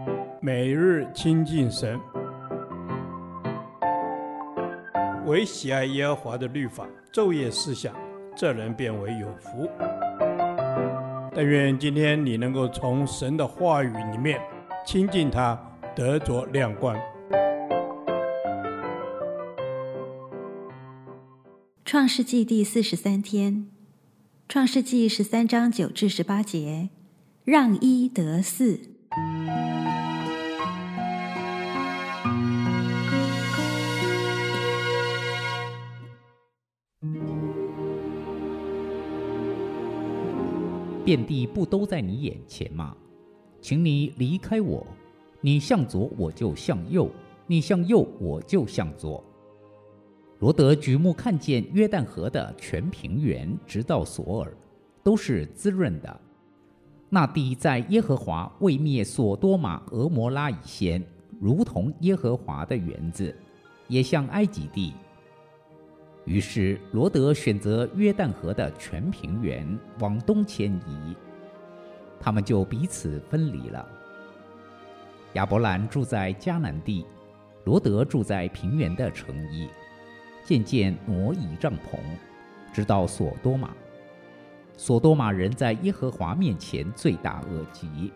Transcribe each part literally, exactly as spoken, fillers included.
每日亲近神，唯喜爱耶和华的律法，昼夜思想，这人变为有福。但愿今天你能够从神的话语里面亲近他，得着亮光。 创世纪第四十三天，创世纪十三章九至十八节，让一得四。 遍地不都在你眼前吗？请你离开我，你向左我就向右，你向右我就向左。罗德举目看见约旦河的全平原直到索尔，都是滋润的。那地在耶和华未灭所多玛俄摩拉以先，如同耶和华的园子，也像埃及地。于是罗德选择约旦河的全平原往东迁移，他们就彼此分离了。亚伯兰住在迦南地，罗德住在平原的城邑，渐渐挪移帐篷，直到索多玛。索多玛人在耶和华面前罪大恶极。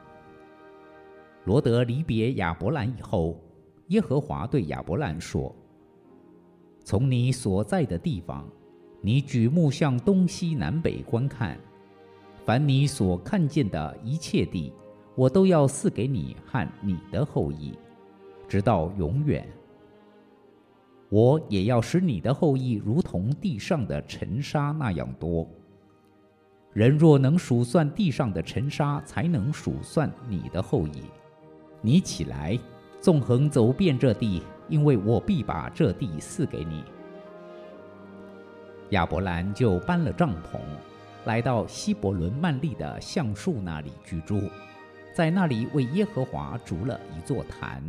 罗德离别亚伯兰以后，耶和华对亚伯兰说：从你所在的地方，你举目向东西南北观看，凡你所看见的一切地，我都要赐给你和你的后裔，直到永远。我也要使你的后裔如同地上的尘沙那样多。人若能数算地上的尘沙，才能数算你的后裔。你起来，纵横走遍这地，因为我必把这地赐给你。亚伯兰就搬了帐篷，来到希伯伦曼利的橡树那里居住，在那里为耶和华筑了一座坛。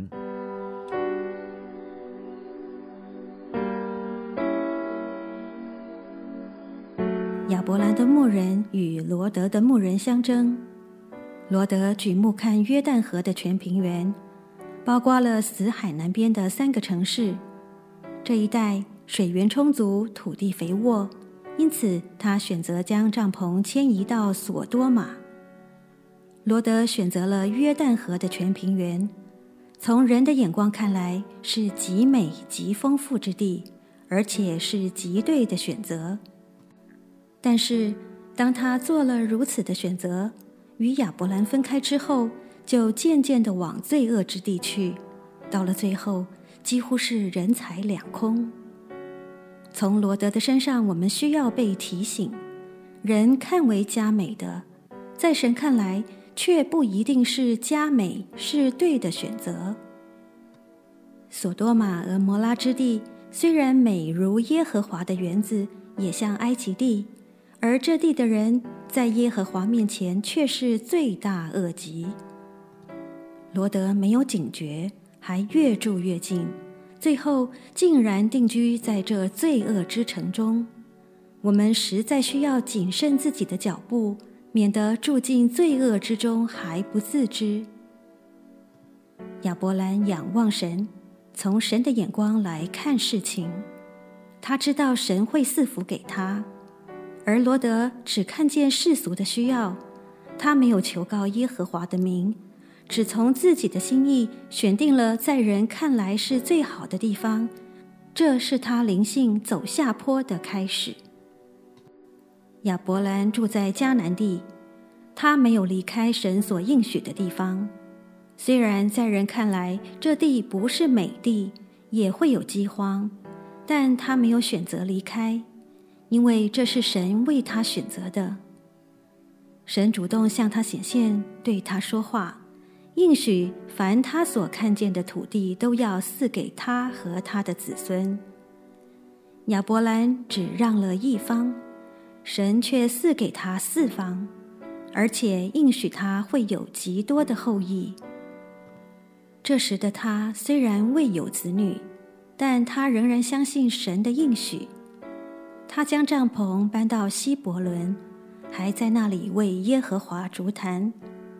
亚伯兰的牧人与罗德的牧人相争。罗德举目看约旦河的全平原，包括了死海南边的三个城市。这一带水源充足，土地肥沃，因此他选择将帐篷迁移到索多玛。罗德选择了约旦河的全平原，从人的眼光看来是极美极丰富之地，而且是极对的选择。但是当他做了如此的选择，与亚伯兰分开之后，就渐渐地往罪恶之地去，到了最后几乎是人财两空。从罗德的身上，我们需要被提醒，人看为佳美的，在神看来却不一定是佳美，是对的选择。索多玛俄摩拉之地虽然美如耶和华的园子，也像埃及地，而这地的人在耶和华面前却是罪大恶极。罗德没有警觉，还越住越近，最后竟然定居在这罪恶之城中。我们实在需要谨慎自己的脚步，免得住进罪恶之中还不自知。亚伯兰仰望神，从神的眼光来看事情，他知道神会赐福给他。而罗德只看见世俗的需要，他没有求告耶和华的名，只从自己的心意选定了在人看来是最好的地方，这是他灵性走下坡的开始。亚伯兰住在迦南地，他没有离开神所应许的地方。虽然在人看来这地不是美地，也会有饥荒，但他没有选择离开，因为这是神为他选择的。神主动向他显现，对他说话，应许凡他所看见的土地都要赐给他和他的子孙。亚伯兰只让了一方，神却赐给他四方，而且应许他会有极多的后裔。这时的他虽然未有子女，但他仍然相信神的应许。他将帐篷搬到希伯伦，还在那里为耶和华筑坛。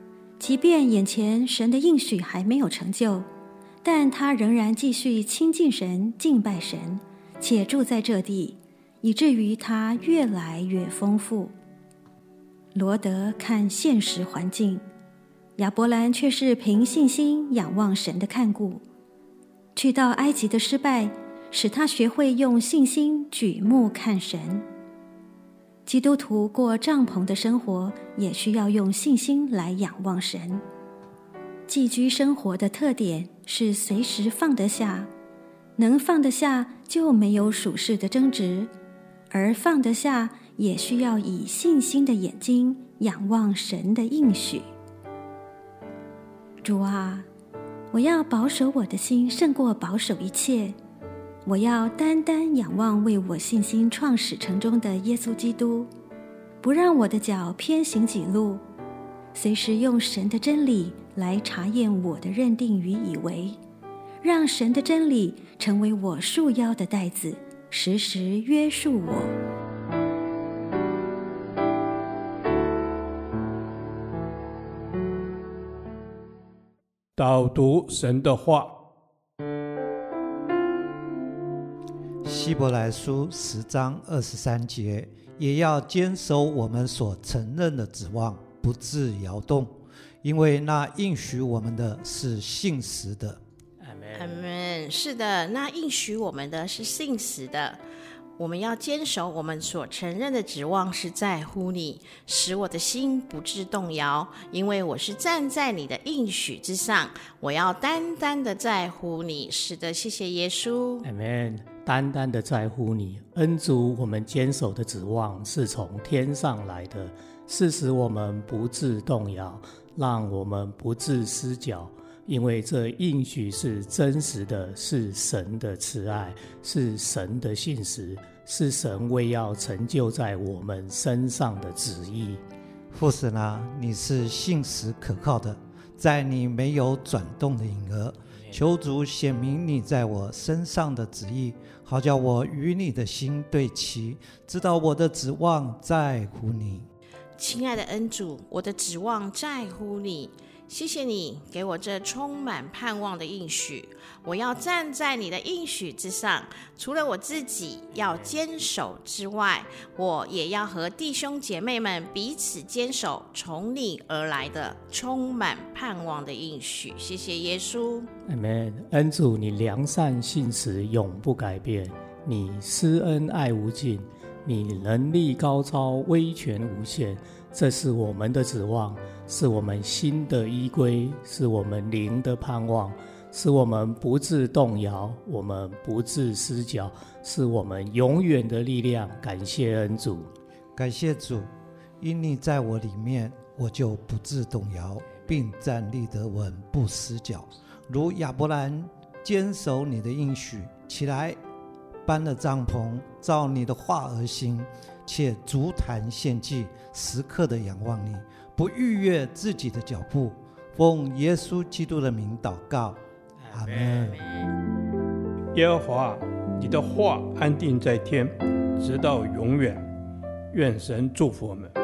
即便眼前神的应许还没有成就，但他仍然继续亲近神、敬拜神，且住在这地，以至于他越来越丰富。罗德看现实环境，亚伯兰却是凭信心仰望神的看顾。去到埃及的失败，使他学会用信心举目看神。基督徒过帐篷的生活，也需要用信心来仰望神。寄居生活的特点是随时放得下，能放得下就没有属世的争执，而放得下也需要以信心的眼睛仰望神的应许。主啊，我要保守我的心胜过保守一切，我要单单仰望为我信心创始成终的耶稣基督，不让我的脚偏行己路，随时用神的真理来查验我的认定与以为，让神的真理成为我束腰的带子，时时约束我。 导读神的话。 希伯来书十章二十三节，也要坚守我们所承认的指望，不致摇动，因为那应许我们的是信实的。 阿们。是的，那应许我们的是信实的。我们要坚守我们所承认的指望是在乎你，使我的心不致动摇，因为我是站在你的应许之上，我要单单的在乎你。是的，谢谢耶稣。 阿们。单单的在乎你，恩主，我们坚守的指望是从天上来的，是使我们不致动摇，让我们不致失脚，因为这应许是真实的，是神的慈爱，是神的信实，是神为要成就在我们身上的旨意。 父神啊，你是信实可靠的，在你没有转动的影儿，求主显明你在我身上的旨意，好叫我与你的心对齐，知道我的指望在乎你。 亲爱的恩主，我的指望在乎你，谢谢你给我这充满盼望的应许，我要站在你的应许之上，除了我自己要坚守之外，我也要和弟兄姐妹们彼此坚守从你而来的充满盼望的应许。谢谢耶稣。 阿们。恩主，你良善信实永不改变，你施恩爱无尽，你能力高超，威权无限，这是我们的指望，是我们心的依归，是我们灵的盼望，是我们不致动摇，我们不致失脚，是我们永远的力量。感谢恩主。 感谢主，因你在我里面，我就不致动摇，并站立得稳，不失脚。如亚伯兰坚守你的应许，起来搬了帐篷，照你的话而行，且足坛献祭，时刻的仰望你，不逾越自己的脚步。奉耶稣基督的名祷告，阿们。 耶和华，你的话安定在天，直到永远。愿神祝福我们。